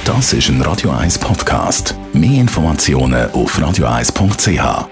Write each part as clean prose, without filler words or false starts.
Das ist ein Radio 1 Podcast. Mehr Informationen auf radio1.ch. Radio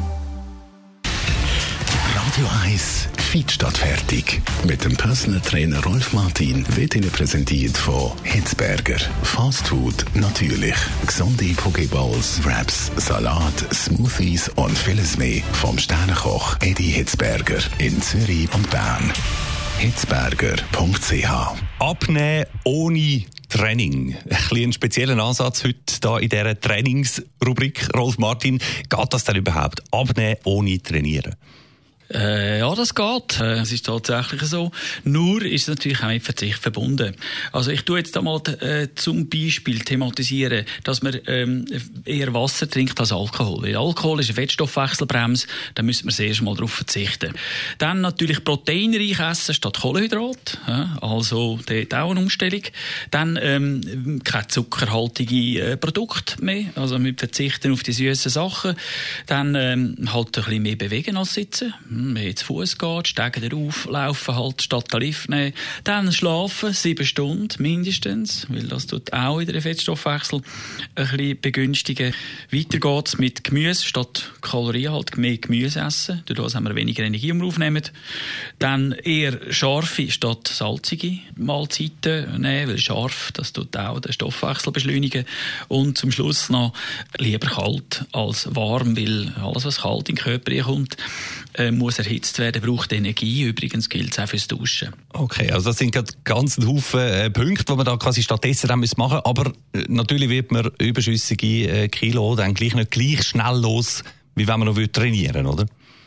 1 Fit statt fertig. Mit dem Personal Trainer Rolf Martin wird Ihnen präsentiert von Hitzberger. Fast Food natürlich. Gesunde Pokeballs, Wraps, Salat, Smoothies und vieles mehr. Vom Sternenkoch Eddie Hitzberger in Zürich und Bern. hitzberger.ch. Abnehmen ohne Training. Ein speziellen Ansatz heute hier in dieser Trainingsrubrik. Rolf Martin, geht das denn überhaupt? Abnehmen ohne Trainieren? Ja, das geht. Es ist tatsächlich so. Nur ist es natürlich auch mit Verzicht verbunden. Also ich tue jetzt einmal zum Beispiel thematisieren, dass man eher Wasser trinkt als Alkohol. Weil Alkohol ist eine Fettstoffwechselbremse, da müssen wir zuerst mal darauf verzichten. Dann natürlich proteinreich essen statt Kohlenhydrat. Also dort auch eine Umstellung. Dann keine zuckerhaltige Produkte mehr. Also wir verzichten auf die süßen Sachen. Dann halt ein bisschen mehr bewegen als sitzen. Wenn jetzt Fuß geht, steigen darauf, laufen halt statt den Lift nehmen. Dann schlafen, 7 Stunden mindestens, weil das tut auch wieder den Fettstoffwechsel ein bisschen begünstigen. Weiter geht's mit Gemüse, statt Kalorien halt mehr Gemüse essen. Dadurch haben wir weniger Energie, die wir aufnehmen. Dann eher scharfe statt salzige Mahlzeiten nehmen, weil scharf, das tut auch den Stoffwechsel beschleunigen. Und zum Schluss noch lieber kalt als warm, weil alles, was kalt in den Körper kommt, muss erhitzt werden, braucht Energie. Übrigens gilt es auch fürs Duschen. Okay, also das sind gerade ganz ein Haufen Punkte, die man da quasi stattdessen machen müssen. Aber natürlich wird man überschüssige Kilo dann gleich nicht gleich schnell los, wie wenn man noch trainieren würde, oder?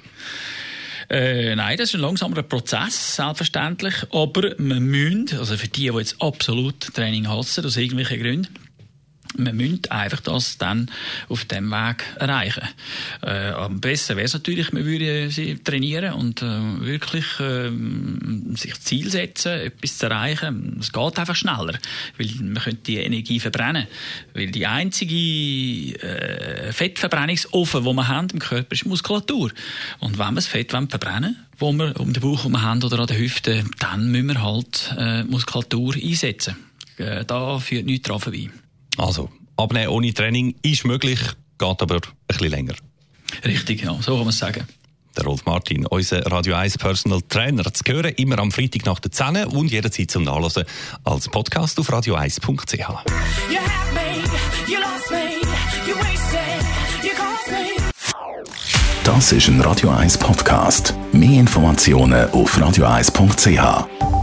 Nein, das ist ein langsamer Prozess, selbstverständlich. Aber man müssen, also für die jetzt absolut Training hassen, aus irgendwelchen Gründen, man müsste einfach das dann auf dem Weg erreichen. Am besten wäre es natürlich, man würde sie trainieren und wirklich sich Ziel setzen, etwas zu erreichen. Es geht einfach schneller, weil man könnte die Energie verbrennen. Weil die einzige Fettverbrennungsofen, die wir haben im Körper, ist Muskulatur. Und wenn wir das Fett verbrennen wollen, wo wir um den Bauch haben oder an den Hüften, dann müssen wir halt Muskulatur einsetzen. Da führt nichts dran vorbei. Also, abnehmen ohne Training ist möglich, geht aber ein bisschen länger. Richtig, ja, so kann man es sagen. Der Rolf Martin, unser Radio 1 Personal Trainer, zu hören, immer am Freitag nach der 10 und jederzeit zum Nachlesen als Podcast auf radio1.ch. Das ist ein Radio 1 Podcast. Mehr Informationen auf radio1.ch.